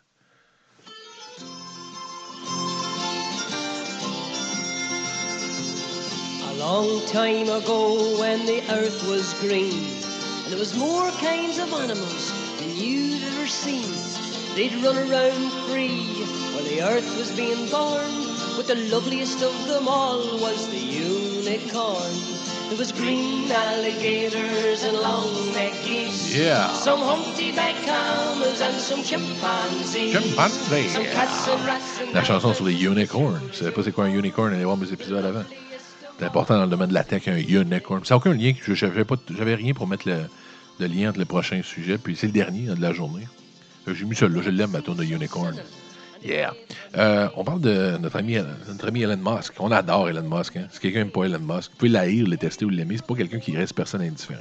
A long time ago when the earth was green and there was more kinds of animals than you'd ever seen. They'd run around free while the earth was being born. But the loveliest of them all was the unicorn. There was green alligators and long-necked geese. Yeah. Some humpty-back camels and some chimpanzees. Chimpanzee. Some cats and rats and La chanson sur les unicorns. Je ne savais pas c'est quoi un unicorn, allez voir mes épisodes avant. C'est important dans le domaine de la tech, un unicorn. Ça n'a aucun lien. Je n'avais j'avais rien pour mettre le, le lien entre le prochain sujet. Puis c'est le dernier de la journée. J'ai mis celui-là. Je l'aime, ma tourne de unicorn. Yeah. Euh, on parle de notre ami, notre ami Elon Musk. On adore Elon Musk. Hein? Si quelqu'un n'aime pas Elon Musk, vous pouvez l'haïr, le tester ou l'aimer. C'est pas quelqu'un qui reste personne indifférent.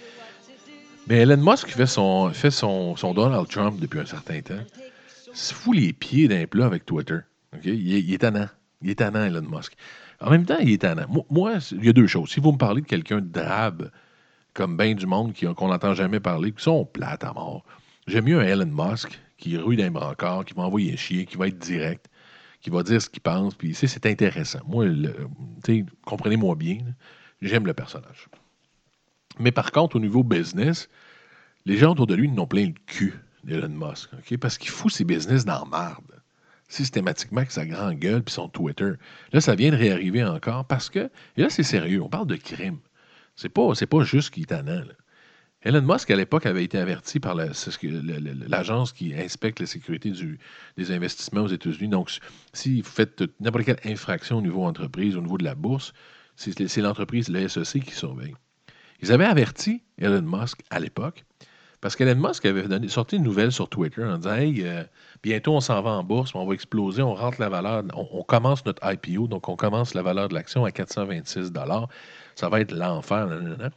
Mais Elon Musk fait son, fait son, son Donald Trump depuis un certain temps. Se fout les pieds d'un plat avec Twitter. Okay? Il, est, il est tannant. Il est tannant, Elon Musk. En même temps, il est tannant. Moi, moi, il y a deux choses. Si vous me parlez de quelqu'un de drabe, comme ben du monde qui, qu'on n'entend jamais parler, qui sont plates à mort, j'aime mieux un Elon Musk qui rue d'un brancard, qui va envoyer chier, qui va être direct, qui va dire ce qu'il pense, puis tu sais, c'est intéressant. Moi, tu sais, comprenez-moi bien, là, j'aime le personnage. Mais par contre, au niveau business, les gens autour de lui n'ont plein le cul d'Elon Musk, okay? Parce qu'il fout ses business dans la merde, systématiquement avec sa grande gueule puis son Twitter. Là, ça vient de réarriver encore parce que, et là, c'est sérieux, on parle de crime. C'est pas, c'est pas juste qu'il est tannant, là. Elon Musk, à l'époque, avait été averti par la, l'agence qui inspecte la sécurité du, des investissements aux États-Unis. Donc, si vous faites n'importe quelle infraction au niveau entreprise, au niveau de la bourse, c'est, c'est l'entreprise, la S E C, qui surveille. Ils avaient averti Elon Musk à l'époque, parce qu'Elon Musk avait donné, sorti une nouvelle sur Twitter en disant « Hey, euh, bientôt on s'en va en bourse, on va exploser, on rentre la valeur, on, on commence notre I P O, donc on commence la valeur de l'action à quatre cent vingt-six dollars. Ça va être l'enfer. »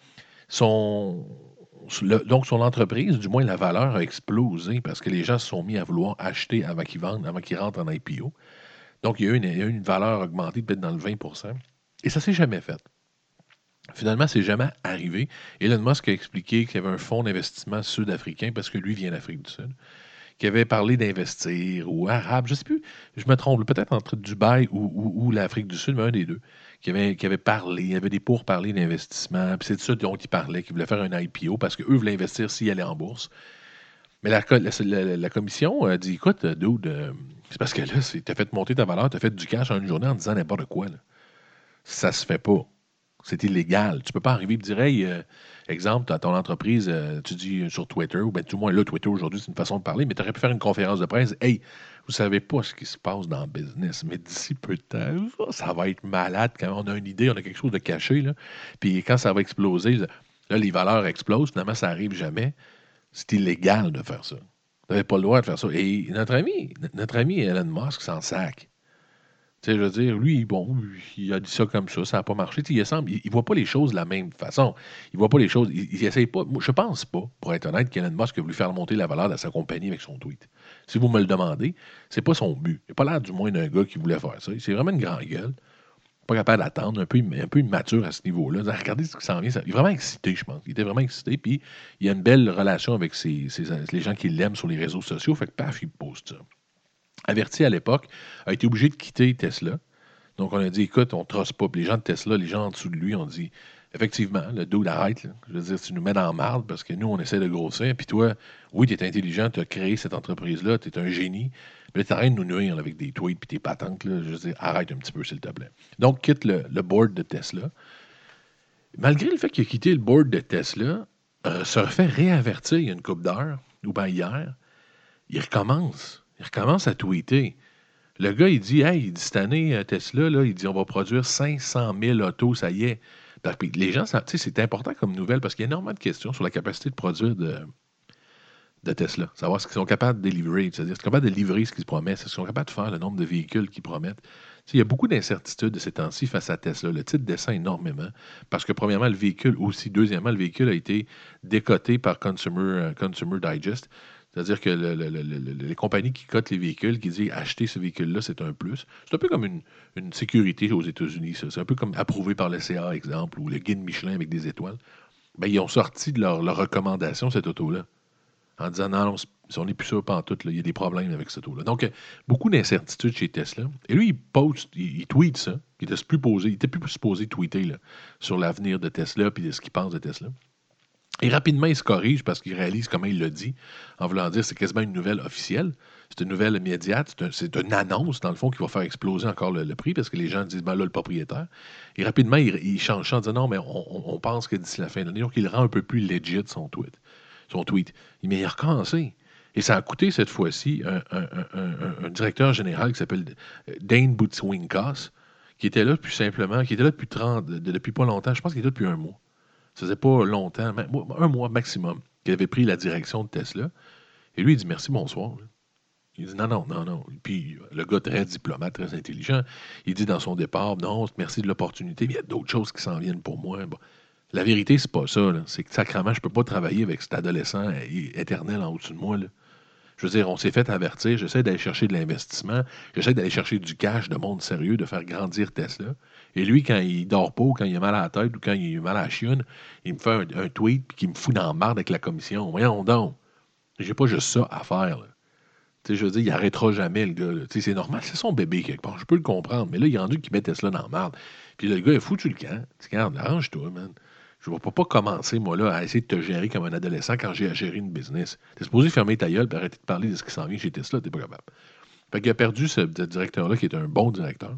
Son... Le, donc, son entreprise, du moins la valeur a explosé parce que les gens se sont mis à vouloir acheter avant qu'ils vendent, avant qu'ils rentrent en I P O. Donc, il y a eu une, il y a eu une valeur augmentée peut-être dans le vingt pour cent. Et ça ne s'est jamais fait. Finalement, ce n'est jamais arrivé. Elon Musk a expliqué qu'il y avait un fonds d'investissement sud-africain, parce que lui vient d'Afrique du Sud, qui avait parlé d'investir, ou arabe, je ne sais plus, je me trompe, peut-être entre Dubaï ou, ou, ou l'Afrique du Sud, mais un des deux, qui avait, qui avait parlé, il y avait des pourparlers d'investissement, puis c'est de ça dont il parlait, qu'il voulait faire un I P O, parce qu'eux voulaient investir s'ils allaient en bourse. Mais la, la, la, la commission a dit, écoute, dude, euh, c'est parce que là, tu as fait monter ta valeur, tu as fait du cash en une journée en disant n'importe quoi. Là. Ça se fait pas. C'est illégal. Tu peux pas arriver et dire, hey, euh, exemple, à ton entreprise, euh, tu dis sur Twitter, ou bien tout le moins là, Twitter aujourd'hui, c'est une façon de parler, mais tu aurais pu faire une conférence de presse, hey, vous savez pas ce qui se passe dans le business, mais d'ici peu de temps, ça va être malade quand on a une idée, on a quelque chose de caché, là. Puis quand ça va exploser, là, les valeurs explosent, finalement, ça arrive jamais. C'est illégal de faire ça. Vous n'avez pas le droit de faire ça. Et notre ami, notre ami Elon Musk s'en sac. Tu sais, je veux dire, lui, bon, il a dit ça comme ça, ça n'a pas marché. Tu sais, il semble, il ne voit pas les choses de la même façon. Il ne voit pas les choses, il, il essaye pas. Moi, je pense pas, pour être honnête, qu'Elon Musk a voulu faire monter la valeur de sa compagnie avec son tweet. Si vous me le demandez, c'est pas son but. Il n'a pas l'air du moins d'un gars qui voulait faire ça. C'est vraiment une grande gueule. Pas capable d'attendre, un peu, un peu immature à ce niveau-là. Regardez ce qui s'en vient. Ça, il est vraiment excité, je pense. Il était vraiment excité. Puis, il y a une belle relation avec ses, ses, les gens qui l'aiment sur les réseaux sociaux. Fait que, paf, il poste ça. Averti à l'époque, a été obligé de quitter Tesla. Donc, on a dit, écoute, on ne trosse pas. Puis les gens de Tesla, les gens en dessous de lui, ont dit, effectivement, le dos arrête. Là. Je veux dire, tu nous mets dans la marde parce que nous, on essaie de grossir. Puis toi, oui, tu es intelligent, tu as créé cette entreprise-là, tu es un génie. Mais là, tu arrêtes de nous nuire là, avec des tweets puis tes patentes. Là. Je veux dire, arrête un petit peu, s'il te plaît. Donc, quitte le, le board de Tesla. Malgré le fait qu'il a quitté le board de Tesla, euh, se refait réavertir il y a une couple d'heures, ou bien hier, il recommence. Il recommence à tweeter. Le gars, il dit, hey, il dit, cette année, Tesla, là, il dit, on va produire cinq cent mille autos, ça y est. Donc, les gens, tu sais, c'est important comme nouvelle parce qu'il y a énormément de questions sur la capacité de produire de, de Tesla. Savoir ce qu'ils sont capables de délivrer. C'est-à-dire, est-ce qu'ils sont capables de livrer ce qu'ils promettent? Est-ce qu'ils sont capables de faire le nombre de véhicules qu'ils promettent? Tu sais, il y a beaucoup d'incertitudes de ces temps-ci face à Tesla. Le titre descend énormément parce que, premièrement, le véhicule aussi. Deuxièmement, le véhicule a été décoté par Consumer, uh, Consumer Digest. C'est-à-dire que le, le, le, le, les compagnies qui cotent les véhicules, qui disent acheter ce véhicule-là, c'est un plus. C'est un peu comme une, une sécurité aux États-Unis, ça. C'est un peu comme approuvé par le C A, exemple, ou le guide Michelin avec des étoiles. Bien, ils ont sorti de leur, leur recommandation cette auto-là, en disant non, non on n'est plus sûr pantoute, là, il y a des problèmes avec cette auto-là. Donc, beaucoup d'incertitudes chez Tesla. Et lui, il poste, il, il tweet ça. Il était plus posé, il était plus supposé tweeter là, sur l'avenir de Tesla et de ce qu'il pense de Tesla. Et rapidement, il se corrige parce qu'il réalise comment il l'a dit, en voulant dire que c'est quasiment une nouvelle officielle. C'est une nouvelle immédiate. C'est, un, c'est une annonce, dans le fond, qui va faire exploser encore le, le prix parce que les gens disent, ben là, le propriétaire. Et rapidement, il, il change ça en disant, non, mais on, on pense que d'ici la fin de l'année, donc il rend un peu plus legit son tweet. Son tweet. Mais il a recommencé. Et ça a coûté cette fois-ci un, un, un, un, un directeur général qui s'appelle Dane Boutswinkas, qui était là depuis simplement, qui était là depuis trente, de, depuis pas longtemps. Je pense qu'il était là depuis un mois. Ça faisait pas longtemps, un mois maximum, qu'il avait pris la direction de Tesla. Et lui, il dit merci, bonsoir. Il dit non, non, non, non. Puis le gars très diplomate, très intelligent, il dit dans son départ, non, merci de l'opportunité, mais il y a d'autres choses qui s'en viennent pour moi. Bon. La vérité, c'est pas ça. Là. C'est que sacrément, je peux pas travailler avec cet adolescent éternel en au-dessus de moi. Là. Je veux dire, on s'est fait avertir, j'essaie d'aller chercher de l'investissement, j'essaie d'aller chercher du cash, de monde sérieux, de faire grandir Tesla. Et lui, quand il dort pas, ou quand il a mal à la tête, ou quand il a mal à la chienne, il me fait un, un tweet puis qu'il me fout dans la marde avec la commission. Voyons donc. J'ai pas juste ça à faire. Là. Tu sais, je veux dire, il arrêtera jamais, le gars. Tu sais, c'est normal, c'est son bébé quelque part. Je peux le comprendre. Mais là, il est rendu qu'il met Tesla dans la marde. Puis le gars, il a foutu le camp. Tu regarde, arrange-toi, man. Je ne vais pas commencer, moi, là, à essayer de te gérer comme un adolescent quand j'ai à gérer une business. Tu es supposé fermer ta gueule et arrêter de parler de ce qui s'en vient chez Tesla, tu n'es pas capable. Fait qu'il a perdu ce, ce directeur-là, qui est un bon directeur.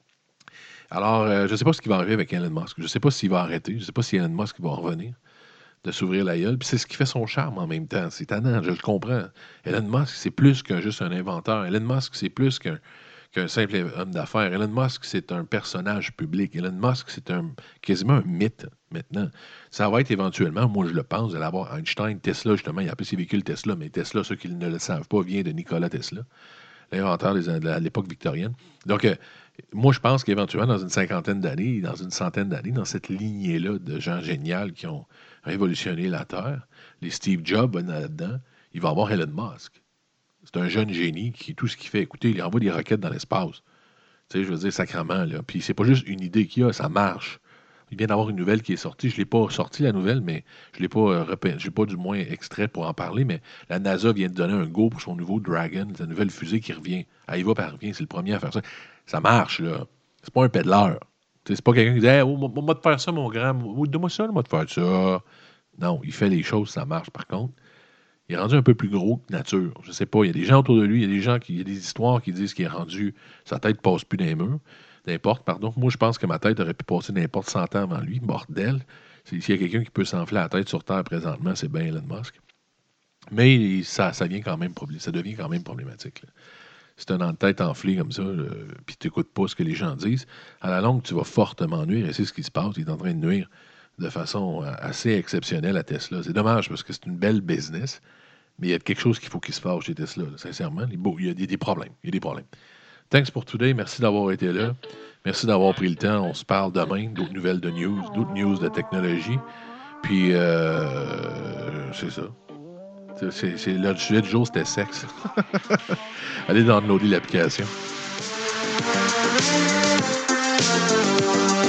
Alors, euh, je ne sais pas ce qui va arriver avec Elon Musk. Je ne sais pas s'il va arrêter. Je ne sais pas si Elon Musk va revenir de s'ouvrir la gueule. Puis c'est ce qui fait son charme en même temps. C'est tannant, je le comprends. Elon Musk, c'est plus qu'un juste un inventeur. Elon Musk, c'est plus qu'un qu'un simple homme d'affaires. Elon Musk, c'est un personnage public. Elon Musk, c'est un, quasiment un mythe maintenant. Ça va être éventuellement, moi je le pense, de l'avoir Einstein, Tesla, justement, il a appelé ses véhicules Tesla, mais Tesla, ceux qui ne le savent pas, vient de Nikola Tesla, l'inventeur des, de l'époque victorienne. Donc, euh, moi je pense qu'éventuellement, dans une cinquantaine d'années, dans une centaine d'années, dans cette lignée-là de gens géniaux qui ont révolutionné la Terre, les Steve Jobs là-dedans, il va y avoir Elon Musk. C'est un jeune génie qui, tout ce qu'il fait, écoutez, il envoie des roquettes dans l'espace. Tu sais, je veux dire, sacrément, là. Puis c'est pas juste une idée qu'il a, ça marche. Il vient d'avoir une nouvelle qui est sortie. Je ne l'ai pas sortie, la nouvelle, mais je ne l'ai pas, euh, repé- j'ai pas du moins extrait pour en parler, mais la NASA vient de donner un go pour son nouveau Dragon, sa nouvelle fusée qui revient. Elle y va, puis elle revient, c'est le premier à faire ça. Ça marche, là. C'est pas un pédaleur. Tu sais, c'est pas quelqu'un qui dit hey, « oh, moi, de faire ça, mon grand. Oh, donne-moi ça, moi, de faire ça. » Non, il fait les choses, ça marche, par contre. Il est rendu un peu plus gros que nature. Je sais pas, il y a des gens autour de lui, il y a des gens qui, il y a des histoires qui disent qu'il est rendu, sa tête passe plus dans les murs, n'importe, pardon. Moi, je pense que ma tête aurait pu passer n'importe cent ans avant lui, bordel. S'il y a quelqu'un qui peut s'enfler la tête sur Terre présentement, c'est bien Elon Musk. Mais ça, ça, vient quand même, ça devient quand même problématique. Là. Si tu as une tête enflée comme ça, euh, puis tu n'écoutes pas ce que les gens disent, à la longue, tu vas fortement nuire, et c'est ce qui se passe. Il est en train de nuire de façon assez exceptionnelle à Tesla. C'est dommage parce que c'est une belle business. Mais il y a quelque chose qu'il faut qu'il se passe chez Tesla, là, sincèrement. Il y a des, des problèmes. Il y a des problèmes. Thanks pour today. Merci d'avoir été là. Merci d'avoir pris le temps. On se parle demain. D'autres nouvelles de news, d'autres news de technologie. Puis, euh, c'est ça. C'est, c'est, c'est, le sujet du jour, c'était sexe. Allez downloader l'application.